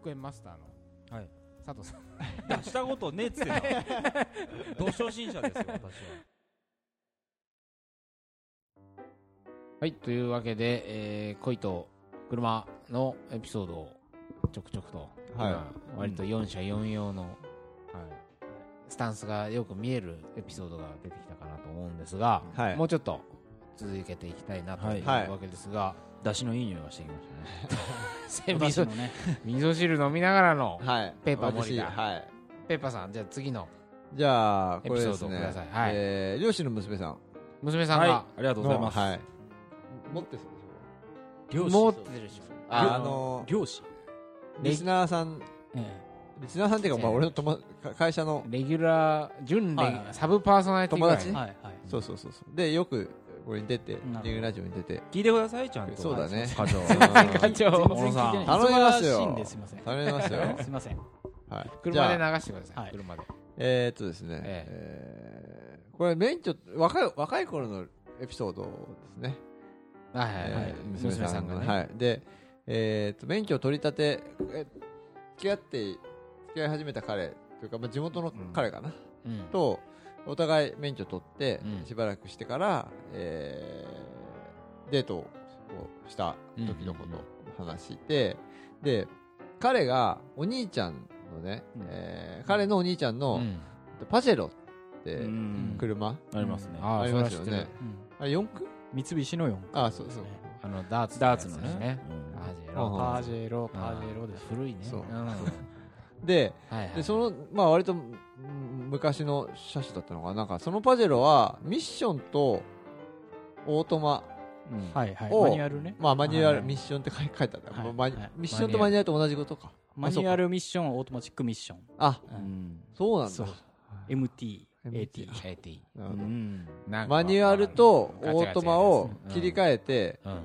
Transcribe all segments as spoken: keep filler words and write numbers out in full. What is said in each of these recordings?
億円マスターの、はい、佐藤さんしたことねえっつってなど初心者ですよ私は。 はい、というわけで、えー、恋と車のエピソードをちょくちょくと、はい、割とよん社よん用の、はい、スタンスがよく見えるエピソードが出てきたかなと思うんですが、はい、もうちょっと続けていきたいなというわけですが、 出汁のいい匂いがしてきましたね。 味噌、ね、味噌汁飲みながらのペーパー森田、 はい、 ペーパーさん、じゃあ次のじゃあこれですね、 エピソードをください。はい、 えー、漁師の娘さん娘さんが、はい、 ありがとうございます。はい、 持ってそうでしょ。漁師持ってるでしょ。 あ、あのー、 漁師リスナーさん、ええリスナーさんっていうか、まあ、俺の友会社のレギュラー準レギュラー、はい、サブパーソナリティ友達、はいはい、そうそうそうそうでよくこれに出てジングラジオに出て聞いてくださいちゃんと。 そうだね課長課長頼みますよ頼みますよすいません、 はい、 車で流してください、はい、車でえー、っとですね、ええー、これ免許若い若い頃のエピソードですね。 はいはいはい、 娘さんがね、はい、で、えー、っと免許を取り立てえ付き合って付き合い始めた彼というか、まあ、地元の彼かな、うん、とお互い免許取ってしばらくしてから、うん、えー、デートをした時のことを話して、うん、で彼がお兄ちゃんのね、うん、えー、彼のお兄ちゃんの、うん、パジェロって車、 うん、ありますね、 ありますよね、うん、あ四駆三菱の四駆、 あ、そうそう、 あのダーツダーツのね、 パジェロパジェロパジェロで古いね。 そうで、はいはい、でそのまあ割と昔の車種だったのかな、なんかそのパジェロはミッションとオートマを、はいはい、マニュアルね、 まあマニュアル、はい、ミッションって書いてあった、はいはい、ミッションとマニュアルと同じことか。 マニュアルミッションオートマチックミッション、 あ、うん、そうなんだ。 エムティー、エーティー、 エーティー、 うん、マニュアルとオートマを切り替えて、うん、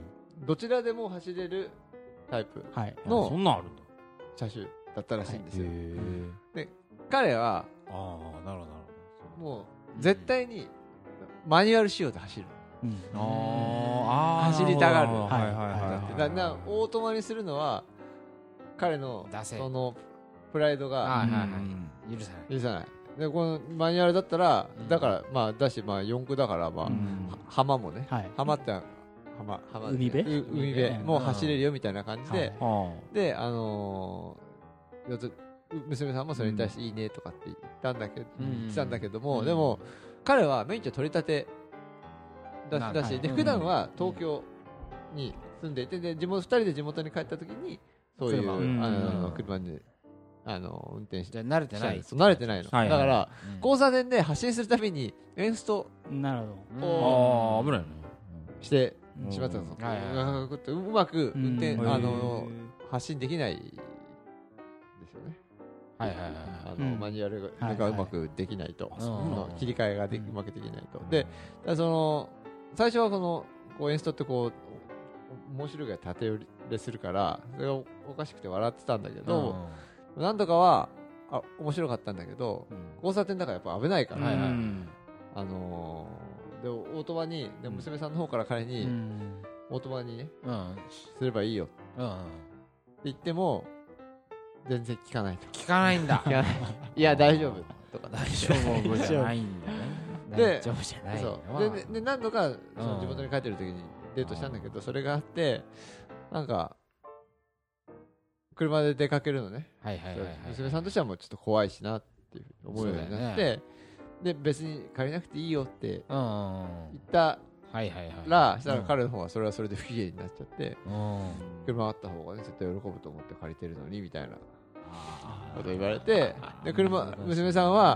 どちらでも走れるタイプの車種だったらしいんですよ。で彼はああなるほどもう絶対にマニュアル仕様で走る、うん、あ走りたがる、はいはいはい、だからオートマにするのは彼のそのプライドが許さない許さないで、このマニュアルだったら、うん、だからまあだし、まあ四駆だから、まあ、うん、浜もね、はい、浜って浜浜海辺海辺もう走れるよみたいな感じで、はい、であのー、娘さんもそれに対していいねとかって言ったんだけど、うん、言ってたんだけども、うん、でも彼は免許取り立てだだし、で普段は東京に住んでいて、で地元ふたりで地元に帰った時にそういう、うん、あの車にあの運転して慣れてない慣れてないの、はいはい、だから、うん、交差点で発進するたびにエンストなるほど、 あ危ないねしてしまったんですよ、はいはい、うまく運転、あの発進できないですよね、 はいはいはい、 あの、うん、マニュアルがうまくできないと、はいはい、切り替えがで、うん、うまくできないと、でその最初はこのこうエンストってこう面白いが縦寄りするからそれがおかしくて笑ってたんだけど、うん、なんとかはあ面白かったんだけど、うん、交差点だからやっぱ危ないから、はいはい、あのー、でオートマにで娘さんの方から彼に、うん、オートマにね、うん、すればいいよ、うん、って言っても全然聞かないと聞かないんだいや大丈夫とか大丈夫じゃないんだねで大丈夫じゃないそうでで何度かその地元に帰ってる時にデートしたんだけど、それがあってなんか車で出かけるのね、はいはいはいはい、娘さんとしてはもうちょっと怖いしなっていう思うようになって、ね、で別に借りなくていいよって言ったら、したら彼の方はそれはそれで不機嫌になっちゃって、車あった方がね絶対喜ぶと思って借りてるのにみたいなこと言われて、で車娘さんは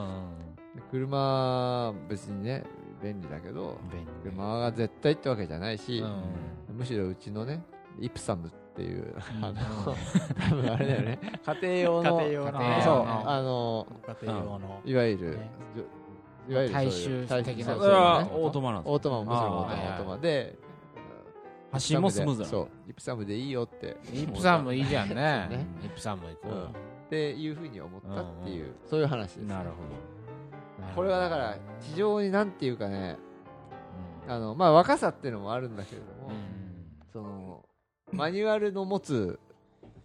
車別にね便利だけど車が絶対ってわけじゃないし、むしろうちのねイプサムっていう、うん、あの多分あれだよね家庭用の家庭用のそうあの家庭用のいわゆる、ね、いわゆる大衆的なそれはオートマなんですか。 オートマももちろんオートマで発進もスムーズなそうイプサムでいいよってイプサムいいじゃんねねイプサム行こう、うん、 っていうふうに思ったっていう、うんうん、そういう話です、ね、 なるほど。 これはだから非常になんていうかね、うん、あのまあ若さっていうのもあるんだけれども、うん、そのマニュアルの持つ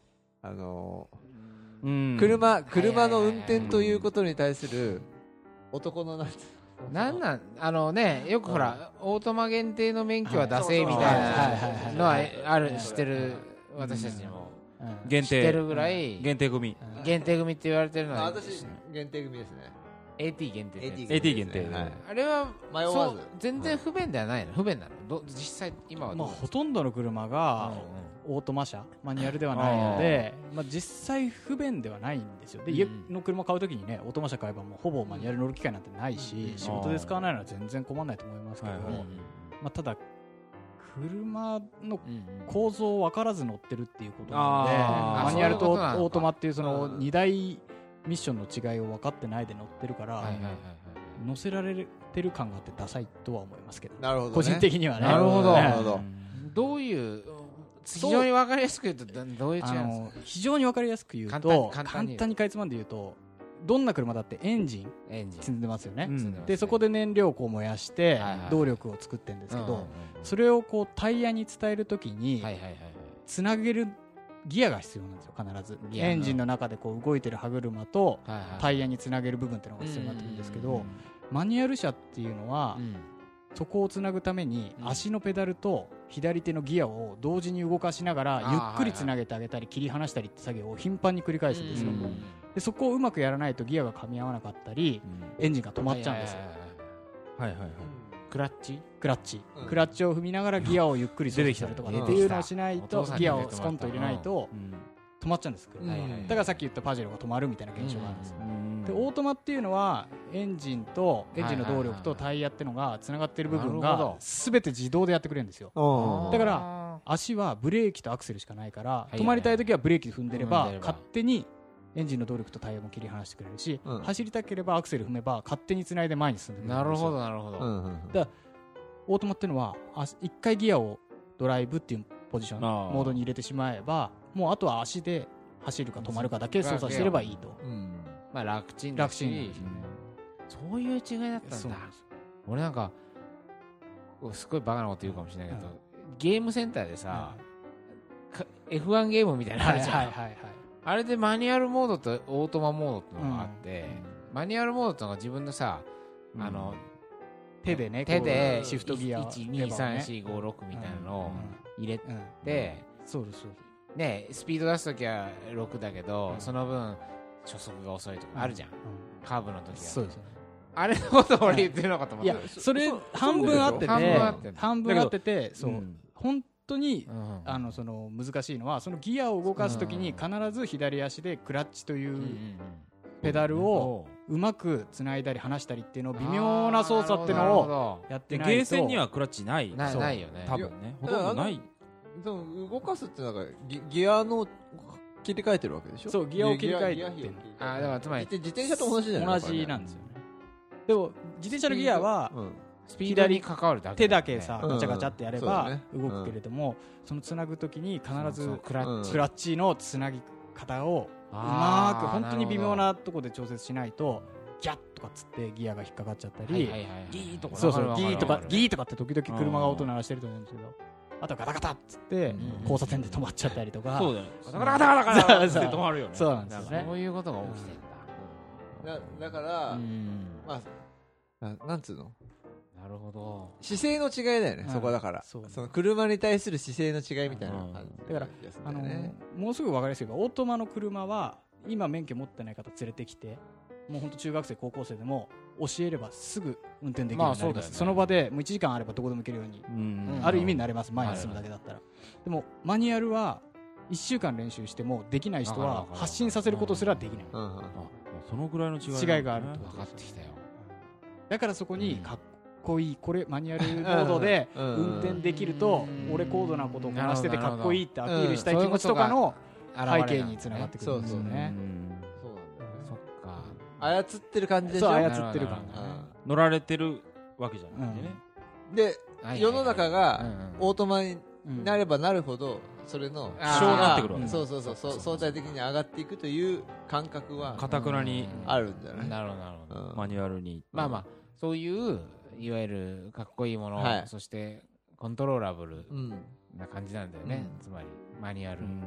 あのうん、 車車の運転ということに対する男のなんてなんなんあのねよくほらオートマ限定の免許は出せみたいなのはある知ってる私たちにも限定知ってるぐらい限定組限定組って言われてるのは私限定組ですね。 エーティー 限定ってやつエーティー 限定、 はい、 あれは迷わずそう全然不便ではないの不便なのど実際今はどまあ、 うですかほとんどの車がオートマ車マニュアルではないので、まあ、実際不便ではないんですよ。で、 うん家の車買うときにねオートマ車買えばもうほぼマニュアル乗る機会なんてないし、 うん仕事で使わないのは全然困らないと思いますけど、 はいはいまあ、ただ車のうんうん構造分からず乗ってるっていうことなので、 あーマニュアルとそういうことなのかオートマっていうそのうんに大ミッションの違いを分かってないで乗ってるから、 はいはいはいはい乗せられてる感があってダサいとは思いますけど、 なるほど、ね、 個人的にはね。 なるほどねなるほどどういう非常に分かりやすく言うとどどういう違いあなんですの非常に分かりやすく言う簡と単簡単に言う簡単にかいつまんで言うとどんな車だってエンジンかエンジン積んでますよね、 うん積んでますねでそこで燃料をこう燃やしてはいはい動力を作ってるんですけど、 うんうんうんそれをこうタイヤに伝えるときにはいはいはいはいつなげるギアが必要なんですよ必ずギアエンジンの中でこう動いてる歯車とはいはいタイヤにつなげる部分っていうのが必要になってくるんですけうんどマニュアル車っていうのはうんそこをつなぐためにうん足のペダルと左手のギアを同時に動かしながらあーゆっくりつなげてあげたり切り離したりって作業を頻繁に繰り返すんですよ、 うんでそこをうまくやらないとギアが噛み合わなかったりエンジンが止まっちゃうんですよ。 はいはいはいはいはいはいはいクラッチクラッチ、 うんクラッチを踏みながらギアをゆっくり操作するとかっていうのをしないと出てきたギアをスコンと入れないとうん止まっちゃうんです、 うんはいはいはいだからさっき言ったパジェロが止まるみたいな現象があるんですよ、 うんでオートマっていうのはエンジンとエンジンの動力とタイヤっていうのがつながってる部分がなるほど全て自動でやってくれるんですよ。 うんだからあ足はブレーキとアクセルしかないから、 いはいはい止まりたい時はブレーキ踏んでれば踏んでれば勝手にエンジンの動力とタイヤも切り離してくれるし、 うん走りたければアクセル踏めば勝手につないで前に進んでくーなるれるんですよ。 ほどなるほどうんうんだオートマっていうのは一回ギアをドライブっていうポジションあーモードに入れてしまえばもうあとは足で走るか止まるかだけ操作してればいいと。 うんまあ楽ちんだし楽ちんなんですよね。 そういう違いだったんだそうなんですよ俺なんかすごいバカなこと言うかもしれないけどゲームセンターでさか エフワン ゲームみたいなのあはいるじゃんはいはいはい。 あれでマニュアルモードとオートマモードってのがあってマニュアルモードってのが自分のさうんあの手でね手でこうシフトギアいちにさんしごろくみたいなのを入れうんうんてそうですそうですねスピード出すときはろくだけどうんその分初速が遅いとかあるじゃんうカーブの時はんそうですよね。 あれのこと俺言ってるのかと思っいたやそれ半分合ってて半分合ってんの半分合っててそううん本当にうんあのその難しいのはそのギアを動かすときに必ず左足でクラッチといううんうんペダルをうまくつないだり離したりっていうのを微妙な操作っていうのををでやってないとゲーセンにはクラッチないなそうないよね多分ねほいやとんどないでも動かすってなんかギギアの切り替えてるわけでしょ。 そうギアを切り替えてギアギア比を切り替えてあだからつまり自転自転車と同じじゃない同じなんですよね。でも自転車のギアはうんスピードに関わるだけ手だけさうんガチャガチャってやればそうだね動くけれどもそのつなぐときに必ずそうクラッチうんクラッチのつなぎ方をうまあーく本当に微妙なるなとこで調節しないとギャッとかっつってギアが引っかかっちゃったりほどはいはいはいギーとかそうそうわかるギーとかわかるギーとかって時々車が音鳴らしてると思うんですけどあとガタガタっつってうん交差点で止まっちゃったりとかそうだよガタガタガタガタガタって止まるよねそうなんですよねそういうことが起きてんだだだから、 うんまあななんつうのなるほど姿勢の違いだよね、 うんそこだからそうその車に対する姿勢の違いみたいな感じだから気がするあのんだよねもうすぐ分かりやすいけどオートマの車は今免許持ってない方連れてきてもう本当中学生高校生でも教えればすぐ運転できるようになります、 まあそうだよねその場でもういちじかんあればどこでも行けるように、 うんある意味になれます前に進むだけだったら、でもマニュアルはいっしゅうかん練習してもできない人はわかるわかる発信させることすらできない、 うんうんあそのぐらいの違いなんだね違いがあるってこと分かってきたよだからそこにかっこいいこれマニュアルモードでうん運転できるとうん俺高度なことをこなしててなるほどかっこいいってアピールしたいうん気持ちとかの背現れ景なんだねにつながってくるんですよねそううんそうなんだよねそっか操ってる感じでしょそう操操ってる感なるほどね乗られてるわけじゃないんでねではいはいはい世の中うんがうんオートマにうんなればなるほどそれのあー性になってくるわけそうそうそうそう相対的に上がっていくという感覚はかたくなにあるんじゃないなるほどなるほどうんマニュアルにまあまあそういういわゆるかっこいいもの、 はいそしてコントローラブルうんな感じなんだよね、 うんつまりマニュアル、 うん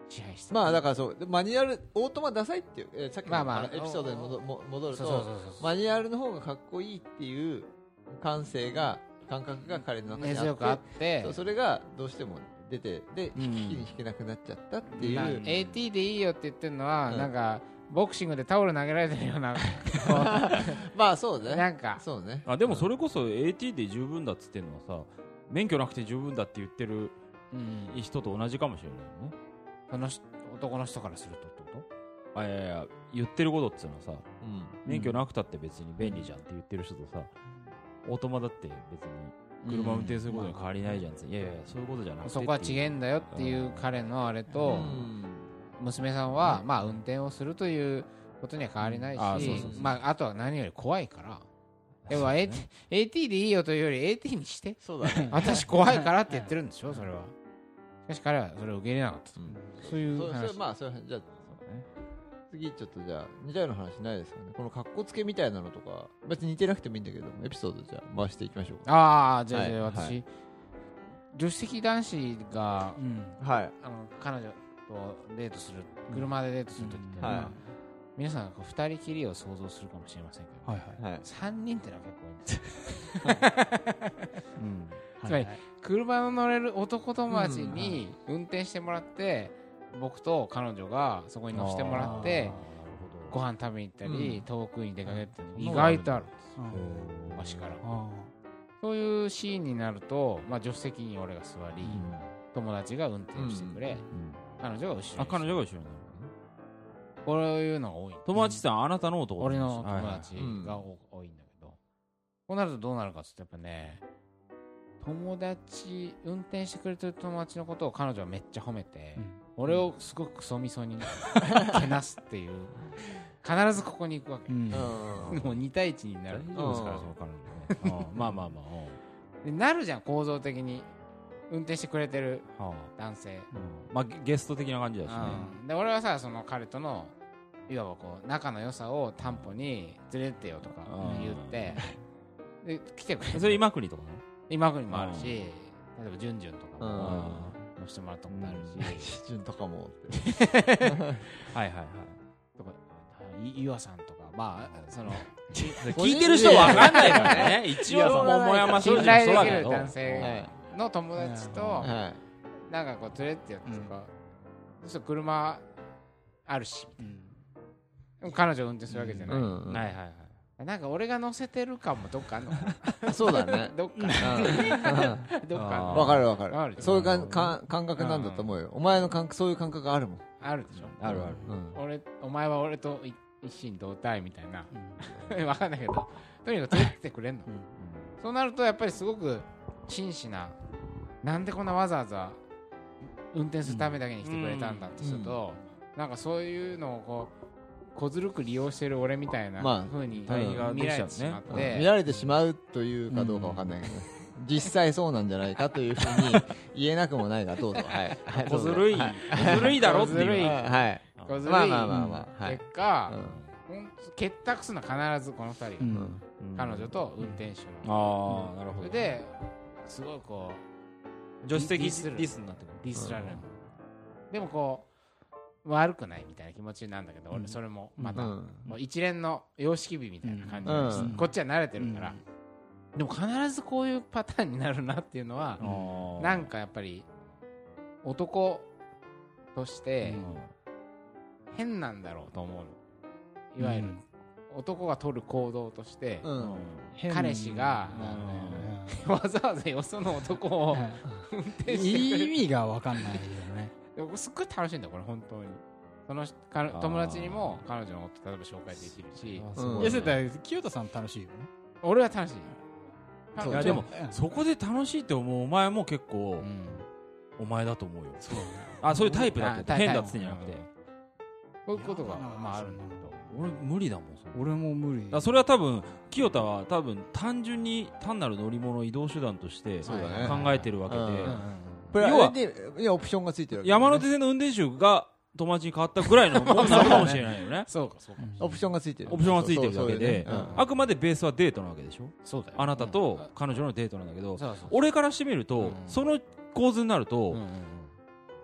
支配してまあだからそうマニュアルオートマダサいっていう、えーさっきのまあまあエピソードに戻も戻るそうそうとそうそうマニュアルの方がかっこいいっていう感性が感覚が彼の中にあって根強くあってそうそれがどうしても出てでうん引きに引けなくなっちゃったっていう、 まあ エーティー でいいよって言ってるのは、 うんなんかボクシングでタオル投げられてるようなまあそうねなんかそうねあでもそれこそ エーティー で十分だっつってんのはさ免許なくて十分だって言ってるうん人と同じかもしれないよね。 その人男の人からするとってこあいやいや言ってることっつうのはさうん免許なくたって別に便利じゃんって言ってる人とさオートマだって別に車運転することに変わりないじゃんって、いやいやそういうことじゃなくてとそこは違えんだよっていう彼のあれと、 うん娘さんは、まあ運転をするということには変わりないし、 あそうそうそうまああとは何より怖いからでもそうねエーティー エーティー でいいよというより エーティー にしてそうだね私怖いからって言ってるんでしょそれは。しかし彼はそれを受け入れなかったと、そういうそうそれ話。 まあそれじゃあ次ちょっとじゃあ似たような話ないですかねこの格好つけみたいなのとか別に似てなくてもいいんだけどエピソードじゃあ回していきましょうかああじゃあ、じゃあはい私、 はい助手席男子がうんはいあの彼女とデートする車でデートするときっていうのは、 うんはい皆さんこう二人きりを想像するかもしれませんけど、 はいはいはい三人ってのは結構多いんですようんつまり車の乗れる男友達に運転してもらって、僕と彼女がそこに乗せてもらってご飯食べに行ったり、 うん遠くに出かけるってうん意外とあるんですようんわしからあそういうシーンになると、まあ、助手席に俺が座り、 うん友達が運転をしてくれ、彼女が後ろにあ彼女が後ろになるのねこういうのが多い友達さんあなたの男俺のはいはい友達がお多いんだけど、こうなるとどうなるかって言うとやっぱね友達運転してくれてる友達のことを彼女はめっちゃ褒めて、俺をすごくクソみそにけなすっていう必ずここに行くわけ、 うんうんもうに対いちになる大丈夫ですからその彼女ねうんまあまあまあでなるじゃん構造的に運転してくれてるうんは男性、 あうんまあゲゲスト的な感じだしねうんで俺はさその彼とのいわばこう仲の良さを担保に連れてってよとか言ってで来てくれるそれ今国とかね今国もあるし、例えばジュンジュンとかうんも乗せてもらったことあるし、 基準とかもってはいはいはいとかい岩さんとかまあその聞いてる人わかんないからね一応桃山商信事も頼できるそうだけど男性の友達とはなんかこう連れてってよとか、そうすると車あるしでも彼女運転するわけじゃいない、 うんはいはいはいなんか俺が乗せてる感もどっかあんのかなそうだねどっかうんどっかあんのわかるわかわかるるそういうかんか感覚なんだと思うよお前の感覚そういう感覚あるもんあるでしょあるあるうん俺お前は俺とい一心同体みたいなわかんないけどとにかく連れてってくれんの、そうなるとやっぱりすごく真摯ななんでこんなわざわざ運転するためだけに来てくれたんだって人と、なんかそういうのをこう小ずるく利用してる俺みたいなまあ風に対比が見られてしまっうんて、 見られてしまうというかどうかわかんないけど実際そうなんじゃないかというふうに言えなくもないがどうぞはいはい小ずるいはい小ずるいだろって小ずるいいうはい小ずるいまあまあまあまあはい結果、 うんほんと結託するのは必ずこのふたりが、 うんうん彼女と運転手の、 ああなるほどそれですごいこう助手席デディスるィスになってくるディスられる、でもこう悪くないみたいな気持ちなんだけど、俺それもまた、 うんもう一連の様式美みたいな感じ、 うんこっちは慣れてるから、でも必ずこういうパターンになるなっていうのは、なんかやっぱり男として変なんだろうと思うの、いわゆる男が取る行動として、 うん彼氏がわざわざよその男を運転してくれる意味が分かんないよねでもすっごい楽しいんだよこれ本当にそのか友達にも彼女のこと例えば紹介できるし、 うんいやそれだから清田さん楽しいよね俺は楽しいそういやでもうんそこで楽しいって思うお前も結構うんお前だと思うよそうあそういうタイプだってあ変だっつってんじゃなくてこういうことがまああるんだけど俺無理だもんそれ俺も無理だからそれは多分清田は多分単純に単なる乗り物移動手段としてそうだね考えてるわけでうんうんうんうんこれ要はあれでいやオプションがついてるわけ山手線の運転手が友達に変わったぐらいのもんなのかもしれないよねそうかそうかオプションがついてるオプションがついてるだけでそうそうそういうねあくまでベースはデートなわけでしょそうだよあなたと彼女のデートなんだけどそうそうそう俺からしてみるとうんその構図になるとうんうんうん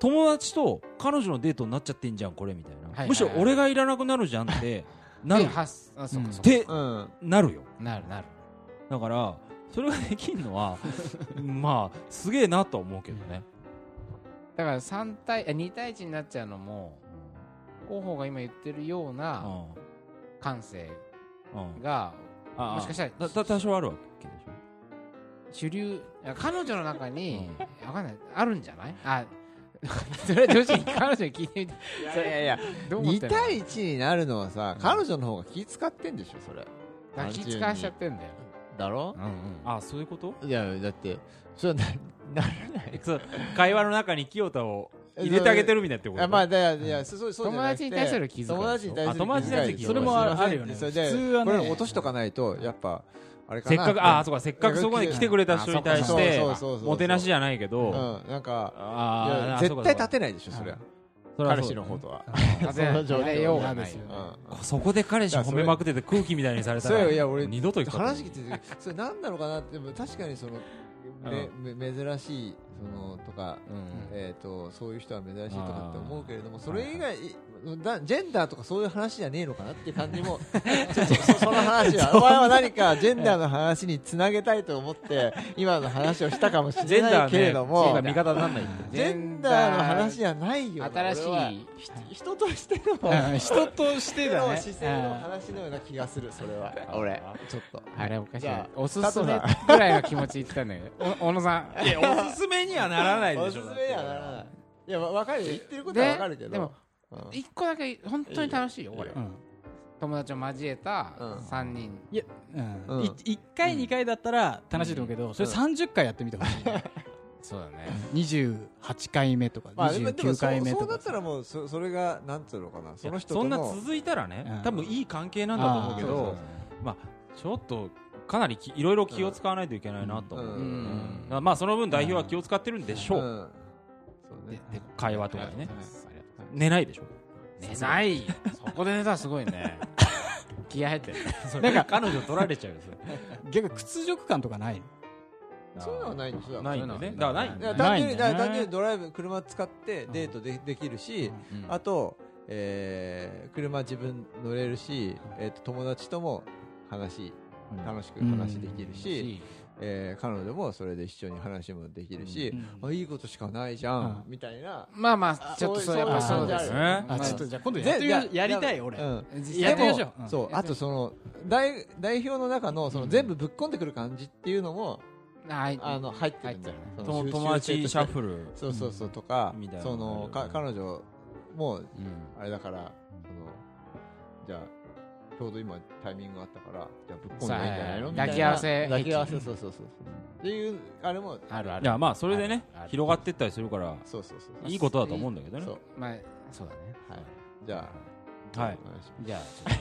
友達と彼女のデートになっちゃってんじゃんこれみたいな、 はいはいはいむしろ俺がいらなくなるじゃんってなるで発あそうかそうかってうんなるよ。 なるなるだからそれができるのはまあすげえなとは思うけどね。 だからさん対あに対いちになっちゃうのも広報が今言ってるような感性うんうんがあもしかしたらたた多少あるわけでしょ。 主流いや彼女の中にわかんないあるんじゃないあそれは女子に彼女に聞いてみていやいやいやにどう思ってんの対いちになるのはさ彼女の方が気使ってんでしょそれだから気使わしちゃってんだよだろうんうんあそういうこと？ いやだってそれはなならないそう会話の中に清田を入れてあげてるみたいなってこと？ あまあだいやそうそうそうじゃ友なくて達に対する気遣いでしょ友達に対するあ友達に対する気遣いそれもあるすいませんあるよねそれで普通はねこれ落としとかないとやっぱあれかなせっかくああそうかせっかくそこに来てくれた人に対しそうてそうそうそうもてなしじゃないけうど、 んなんかあいやあ絶対立てないでしょそりゃ彼それはそう氏の方とは立てないその状況立てようがないですよねうんそこで彼氏褒めまくってて空気みたいにされたそうらいや俺二度と行くか話聞いててそれ何なのかなってでも確かにそのめめ珍しいそのとかうんえー、とそういう人は珍しいとかって思うけれどもそれ以外だジェンダーとかそういう話じゃねえのかなっていう感じもちょっとそその話はお前は何かジェンダーの話につなげたいと思って今の話をしたかもしれないけれども、 ジェンダーね味方にならないってジェンダーの話じゃないよ新しい俺はひ人としてのうん人としてだねの姿勢の話のような気がするそれは俺ちょっとあれおかしいじゃあおすすめぐらいの気持ち言ってたんだけどお小野さんいやおすすめにはならないおですしょ。 すめにはならないいやわかるよ言ってることはわかるけどでもうん一個だけ本当に楽しいよこれうん友達を交えたうんさんにんうんうんいいっかいにかいだったら楽しいと思うけどそれさんじゅっかいやってみてほしいそうだねにじゅうはちかいめとかまあ、でもにじゅうきゅうかいめとかそうそうだったらもうそそれがなんつうのかなその人そんなとの続いたらね、 うん多分いい関係なんだと思うけあーそうそうど、まあちょっとかなりきいろいろ気を使わないといけないなと思う。 うんうんだからまあその分代表は気を使ってるんでしょう。 んそうねでで会話とかにねありがとうございますありがとうございます寝ないでしょ。 寝ないそこで寝たらすごいね気合入ってるなんか彼女取られちゃうよ。 逆に屈辱感とかないそういうのはないんですよないんだね。 そういうのだからないんだよ。 いや単純にないねだから単純にドライブ車使ってデートでできるし、 うんあと、えー車自分乗れるし、えー、と友達とも話楽しく話できるし、えー彼女もそれで一緒に話もできるし、 うんあいいことしかないじゃん、 うんみたいな、 まあまあちょっとそうやっぱそうですよねあちょっとじゃあ今度やってみでいやようやりたい俺うん、 やってみましょううんでもそうあとその代代表の中のその全部ぶっ込んでくる感じっていうのも、 はいあの入ってるんだよ、その友友達シャッフル。 そうそうそうとか、 みたいなそのか彼女もうんあれだから、そのじゃあちょうど今タイミングがあったからじゃあぶっ込んでもいいんじゃないのみたいな抱き合わせ抱き合わせそうそうそうそうっていうあれもあるあるいやまあそれでねあるある広がってったりするからそうそうそういいことだと思うんだけどね。 そうまあそうだねはいじゃあはいお願いしじゃ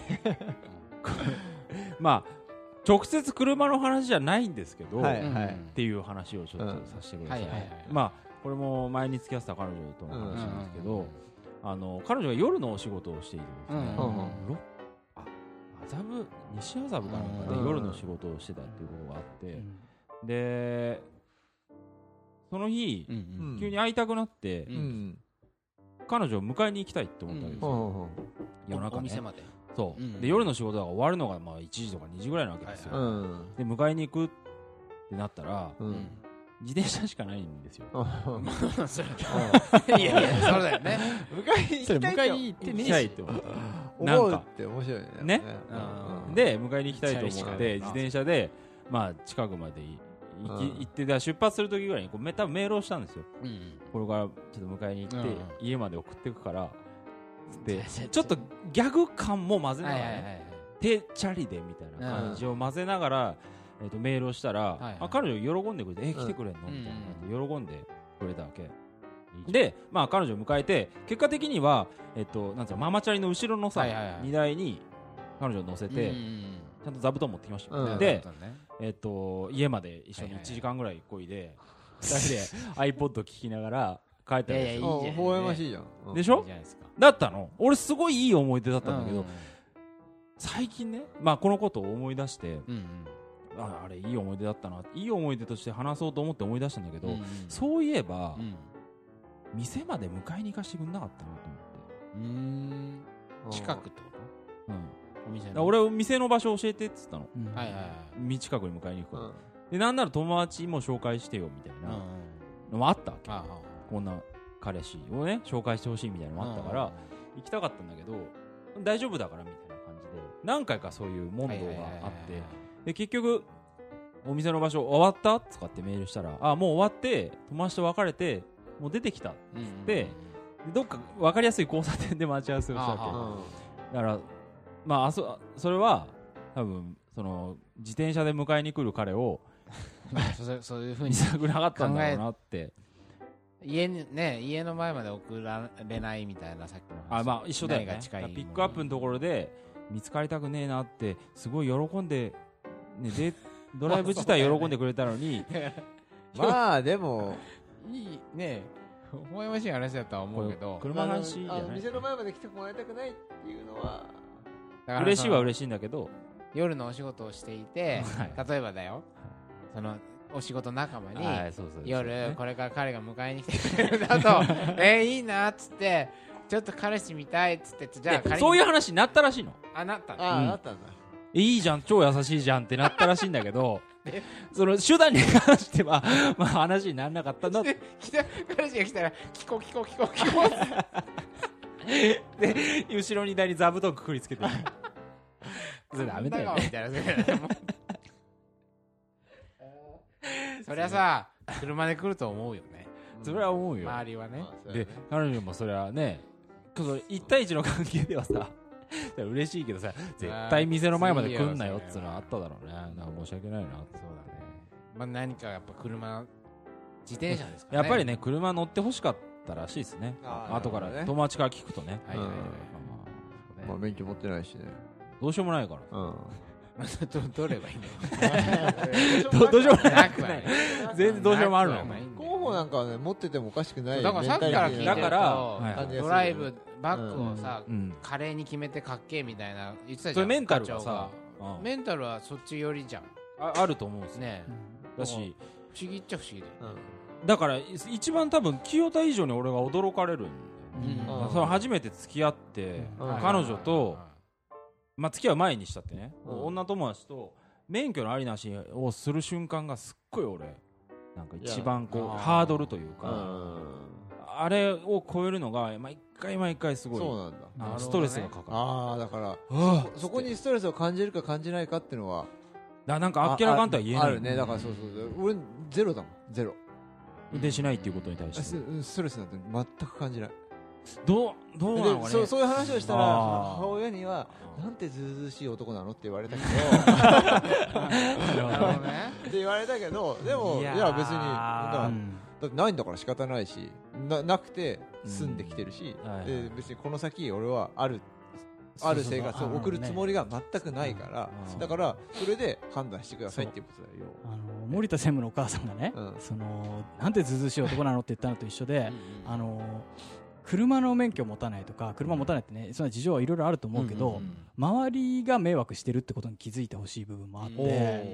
まあ直接車の話じゃないんですけど、 はいあっていう話をちょっとさせてください。 はいはいはいまあこれも前に付き合ってた彼女との話なんですけど、あの彼女が夜のお仕事をしていてですね、 うんうんうんろあ麻布西麻布かなんかでうん夜の仕事をしてたっていうことがあって、でその日、 うんうん急に会いたくなって、 ううんん彼女を迎えに行きたいって思ったんですよ、 ほうほうほ夜中ねお店までそう、 うんで夜の仕事が終わるのがまあいちじとかにじぐらいなわけですよ、 ううんで迎えに行くってなったら、 ううんん自転車しかないんですよ。 それいやいやそうだよね迎えにそれ行きたい迎えに行ってね行きたいって思って思うって面白いねねうんで迎えに行きたいと思近いって自転車でまあ近くまでい行きうん行ってだから出発する時ぐらいにこうめ多分メールをしたんですよ。 うんこれからちょっと迎えに行ってうん家まで送っていくからつってうんちょっとギャグ感も混ぜながらはいはいはいね手チャリでみたいな感じを混ぜながらえーとメールをしたらはいはいあ彼女喜んでくれてえ来てくれんのうんみたいな感じで喜んでくれたわけ。で、まあ、彼女を迎えて結果的には、えっと、なんつうのママチャリの後ろのさ、 はいはいはい荷台に彼女を乗せて、 うんちゃんと座布団持ってきましたよ、 うんで、 そうだねえっと、家まで一緒にいちじかんぐらいこいで、ふたりで iPod 聞きながら帰ったんですよ。 いやいやいいじゃん微笑ましいじゃんうんでしょいいじゃないですかだったの俺すごいいい思い出だったんだけど、 うん最近ね、まあ、このことを思い出してうんうんああれいい思い出だったないい思い出として話そうと思って思い出したんだけど、 うんうんそういえば、 うん店まで迎えに行かしてくんなかったなと思って。 うーん近くってこと？うん。お店の。 俺は店の場所教えてって言ったの。 うん、 はいはいはい。 道近くに迎えに行くから、 うん、 でなんなら友達も紹介してよみたいなのもあったわけ、うんうん、こんな彼氏をね紹介してほしいみたいなのもあったから、うんうん、行きたかったんだけど大丈夫だからみたいな感じで何回かそういう問答があって、で結局お店の場所終わったとかってメールしたら、あもう終わって友達と別れてもう出てきたっつって、うんうん、どっか分かりやすい交差点で待ち合わせをしたわけ。だからまああ そ, それは多分その自転車で迎えに来る彼をそういう風に見たくなかったんだろうなって。 家にね家の前まで送られないみたいなさっきの話。 あまあ一緒だよね。ピックアップのところで見つかりたくねえなってすごい喜んで、ね、でドライブ自体喜んでくれたのにまあでもいいね微笑ましい話だとは思うけど車の話じゃない。 店の前まで来てもらいたくないっていうのは嬉しいは嬉しいんだけど夜のお仕事をしていて、はい、例えばだよそのお仕事仲間に、はい、そうそう夜、ね、これから彼が迎えに来てくれるんだとえー、いいなっつってちょっと彼氏見たいっつってじゃあそういう話になったらしいの。 あなったあ、うん、なったんだ。 いいじゃん超優しいじゃんってなったらしいんだけどその手段に関してはまあ話にならなかったんだって彼氏が来たらキコキコキコキコで後ろに台に座布団くくりつけてそれダメだよねみたいなそりゃさ車で来ると思うよね。 それは思うよ周りはね。 で彼女もそれはねいち対いちの関係ではさ嬉しいけどさ絶対店の前まで来んなよっていうのはあっただろうね。なんか申し訳ないな。そうだね。 まあ何かやっぱ車自転車ですかね。 やっぱりね車乗ってほしかったらしいですね。後からね友達から聞くとね。はいはいはい。 まあ免許持ってないしね。 どうしようもないから。うん。 どどればいいのどうしようもなくない全然どうしようもあるの。 候補なんかはね持っててもおかしくない。 だからさっきから聞いてるとだからドライブバッグをさ華麗に決めてかっけえみたいな言ってたじゃん。 それメンタルがさメンタルはそっち寄りじゃん。 ああると思うんですね。 だし不思議っちゃ不思議でだから一番多分清田以上に俺が驚かれるんだよ。その初めて付き合って彼女とまあ付き合う前にしたってね、うん、女友達と免許のありなしをする瞬間がすっごい俺なんか一番こうハードルというか、うん、あれを超えるのが毎回毎回すごいそうなんだ、 ストレスがかかる。 ああだからそ, そこにストレスを感じるか感じないかっていうのはだなんかあっけらかんとは言えない。 あるね。だからそうそうそう俺ゼロだもん。ゼロ運転しないっていうことに対してストレスなんて全く感じない。 どうどうなのかね。 そう、そういう話をしたら母親にはなんてずうずうしい男なのって言われたけどって言われたけどでもい や, いや別にだってないんだから仕方ないし な, なくて住んできてるし、うんで別にこの先俺はあるある生活を送るつもりが全くないから、だからそれで判断してくださいっていうことだよ。 あの森田専務のお母さんがね、うん、そのなんてずうずうしい男なのって言ったのと一緒で、うん、あの車の免許を持たないとか車を持たないってねその事情はいろいろあると思うけど、うんうんうん、周りが迷惑してるってことに気づいてほしい部分もあって、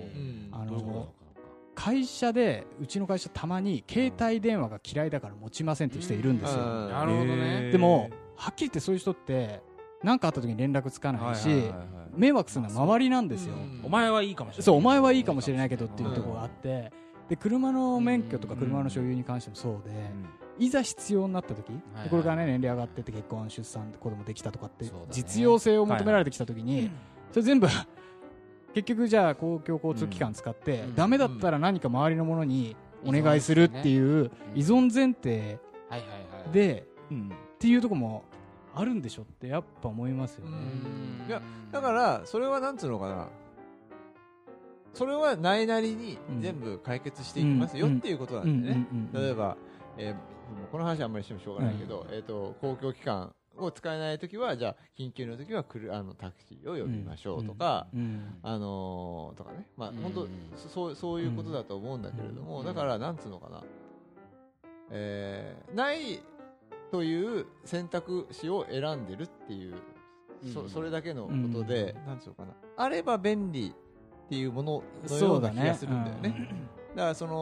うん、あの会社でうちの会社たまに携帯電話が嫌いだから持ちませんっていう人いるんですよ、うん、 なるほどね。 でもはっきり言ってそういう人って何かあった時に連絡つかないし、はいはいはいはい、迷惑するのは周りなんですよ、うん、 お前はいいかもしれない。 そうお前はいいかもしれないけどっていうところがあって、で車の免許とか車の所有に関してもそうで、うん、いざ必要になった時、はいはい、これからね年齢上がってって結婚出産子供できたとかって、ね、実用性を求められてきた時に、はいはい、それ全部結局じゃあ公共交通機関使って、うん、ダメだったら何か周りのものにお願いするっていう依存前提でっていうところもあるんでしょってやっぱ思いますよね。 いやだからそれはなんつうのかな、それはないなりに全部解決していきますよっていうことなんでね。例えば、えー、この話あんまりしてもしょうがないけど、うんえー、と公共機関を使えないときはじゃあ緊急のときは来るあのタクシーを呼びましょうとか、うんうん、あのー、とかね、まあ本当、うん、そうそういうことだと思うんだけれども、うん、だからなんつうのかな、えー、ないという選択肢を選んでるっていう、うん、そ, それだけのことで、うん、なんつうのかな、あれば便利っていうもののような気がするんだよね。だからその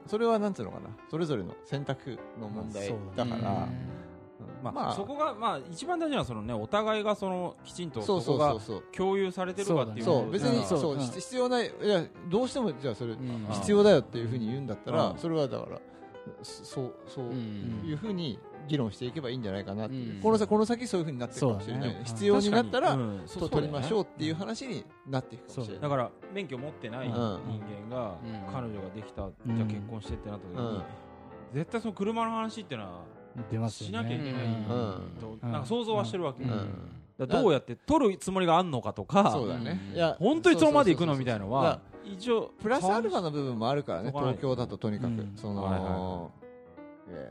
それはなんつうのかな、それぞれの選択の問題だから、 まあそこがまあ一番大事なのはそのね、お互いがそのきちんとそこが共有されてるかっていう。 そう別にそう必要ない、いやどうしてもじゃあそれ必要だよっていうふうに言うんだったら、それはだからそうそういうふうに議論していけばいいんじゃないかなって、このこの先そういうふうになっていくかもしれない、必要になったら取りましょうっていう話になっていくかもしれない。 だから免許持ってない人間が彼女ができた、じゃあ結婚してってなった時に絶対その車の話っていうのは出ますよね、しなきゃいけないと、うん、なんか想像はしてるわけ、うん、だどうやって取るつもりがあんのかとか、そうだね、いや本当にそのまで行くのみたいなのは一応プラスアルファの部分もあるからね、東京だととにかく、うん、その、はいはいはい、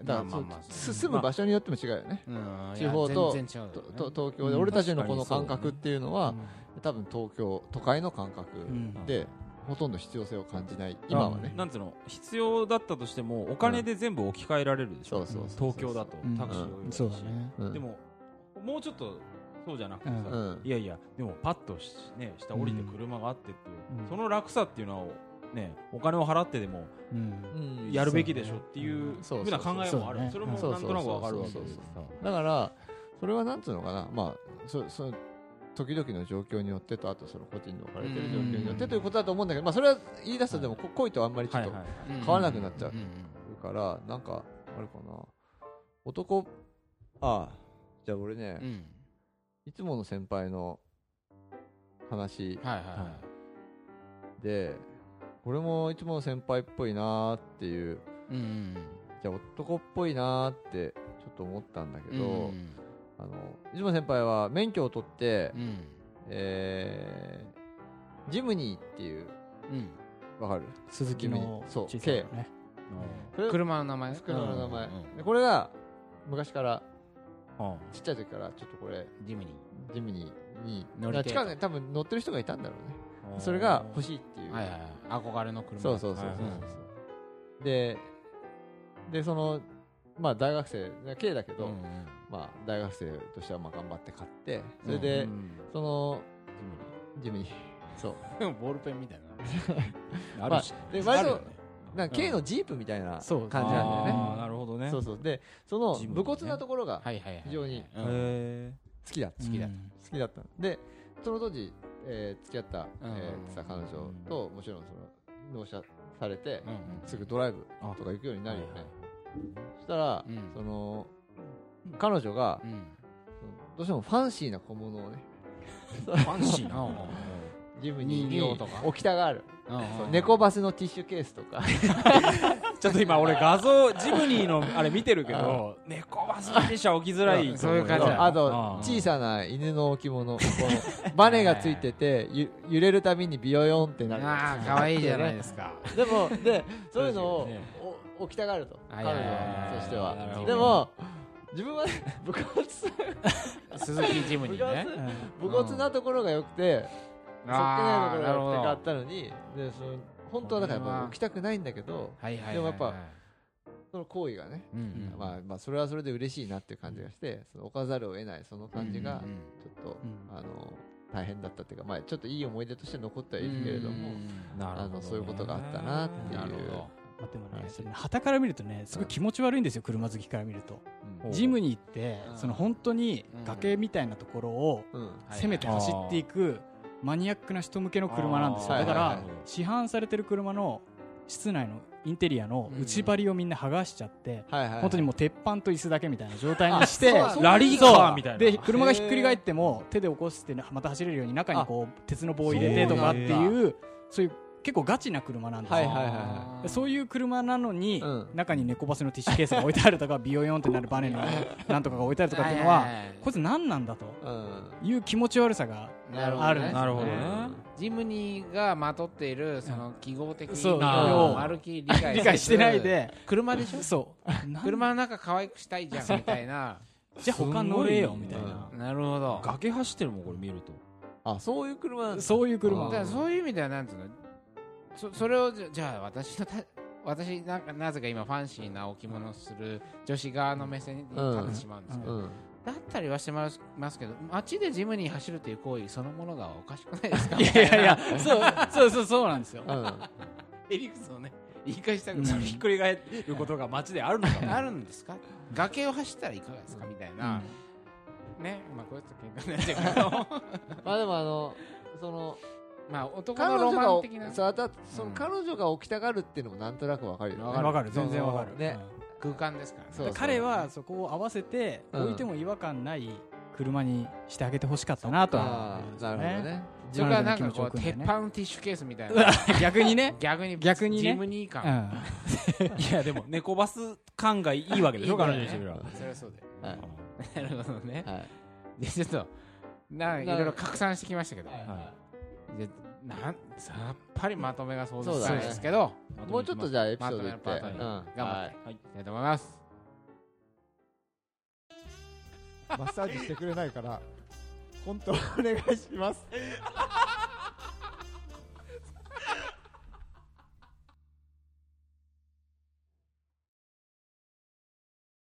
だから、まあまあ、住む場所によっても違うよね、まあ、地方 と, ね、と東京で、俺たちのこの感覚っていうのは、うん、多分東京都会の感覚で、うんほとんど必要性を感じない今はね、 なんつうの必要だったとしてもお金で全部置き換えられるでしょ、うん、東京だとタクシーを用意し、うん、でももうちょっとそうじゃなくてさ、うん、いやいやでもパッとし、ね、下降りて車があってっていう、うん、その楽さっていうのをねお金を払ってでもやるべきでしょっていうふうな考えもある、それもなんとなくわかるわけです。 だからそれはなんつうのかな、まあそそ時々の状況によってと、あとその個人に置かれている状況によってということだと思うんだけど、まあそれは言い出すとでも恋とあんまりちょっと変わらなくなっちゃうから、なんかあるかな、男、ああじゃあ俺ね、うん、いつもの先輩の話で、これもいつもの先輩っぽいなーっていう、うんうん、じゃあ男っぽいなーってちょっと思ったんだけど、うんうん、あのいつも先輩は免許を取って、うんえー、ジムニーっていう、わ、うん、かる鈴木のそう K、ね、 車の名前車の名前、うんうん、でこれが昔からちっちゃい時からちょっとこれジムニージムニーに乗り近くに多分乗ってる人がいたんだろうね。それが欲しいっていう、はいはいはい、憧れの車。 そうそうそうそうそう、はいはい、ででそのまあ大学生 K だけど、うんうん、まあ大学生としてはまあ頑張って買ってそれで、うん、そのジムニーそうボールペンみたいなあるし、まあ、で割となんか K のジープみたいな感じなんだよね。 あなるほどね。 そうそうでその武骨なところが非常に好きだった好きだった好きだったでその当時、えー、付き合った、えー、彼女ともちろんその納車されて、うんうん、すぐドライブとか行くようになるよね。そしたら、うん、その彼女が、うん、どうしてもファンシーな小物をねファンシーなジムに置きたがる猫バスのティッシュケースとかちょっと今俺画像ジムニーのあれ見てるけど猫バスのティッシュは置きづらいそういう感じ。あと小さな犬の置物このバネがついててゆ揺れるたびにビヨヨンってなる。 ああ可愛いじゃないですか。 でもでそういうのを置きたがると彼女としては。でも自分は武骨鈴木ジムニーね武骨なところが良くてそっけないところが良くて買ったのにでその本当はだからやっぱ置きたくないんだけどでもやっぱその行為がね、うんうん、まあまあそれはそれで嬉しいなっていう感じがしてその置かざるを得ないその感じがちょっと、うん、あの大変だったっていうか、まあ、ちょっといい思い出として残ってはいるけれども、うん、あのそういうことがあったなっていう。 まあ、でもね、それね旗から見るとねすごい気持ち悪いんですよ、車好きから見ると、うん、ジムに行って、うん、その本当に崖みたいなところを攻めて走っていくマニアックな人向けの車なんですよ。だから市販されてる車の室内のインテリアの内張りをみんな剥がしちゃって、うん、本当にもう鉄板と椅子だけみたいな状態にしてラリーカーみたいなで車がひっくり返っても手で起こしてまた走れるように中にこう鉄の棒を入れてとかっていうそういう結構ガチな車なんですよ、はいはいはいはい、そういう車なのに、うん、中に猫バスのティッシュケースが置いてあるとかビヨヨンってなるバネのなんとかが置いてあるとかっていうのはこいつ何なんだという気持ち悪さがあるんですよね。 なるほどね。 ジムニーがまとっているその記号的なをまるっきり理解理解してないで車でしょ。 そう車の中可愛くしたいじゃんみたいなじゃあ他乗れよみたいな。 なるほど。 崖走ってるもんこれ見ると。 あそういう車なんだ。 そういう車だからそういう意味ではなんていうのそ, それをじゃあ私のた私なんかなぜか今ファンシーな置物をする女子側の目線に立ってしまうんですけど、うんうん、だったりはしてますけど街でジムに走るという行為そのものがおかしくないですか。 いやいやいやそうそうそうそうなんですよ、うん、 エリクソンね言い返したくそれひっくり返ることが街であるのかなあるんですか、崖を走ったらいかがですかみたいな、ね、まあこうやって喧嘩になっちゃうけどまあでもあのそのまあ男のロマン的なその彼女が起きたがるっていうのもなんとなくわかるよね。 わかる、全然わかるね、 空間ですからね。 そうそう彼はそこを合わせて置いても違和感ない車にしてあげてほしかったなとは思うんですよね。 なるほどね。 それからなんかこう鉄板ティッシュケースみたいな逆にね逆に逆にねジムニー感、 いやでも猫バス感がいいわけでしょ彼女にしてみれば。 それはそうで、 はい、 なるほどね。 はい、 でちょっとなんかいろいろ拡散してきましたけど、 はいはい、 でなんさっぱりまとめが想像つかないですけど、 ね、もうちょっとじゃあエピソード言って、 まとめのパートに頑張っていきたいと思います。 マッサージしてくれないから本当お願いします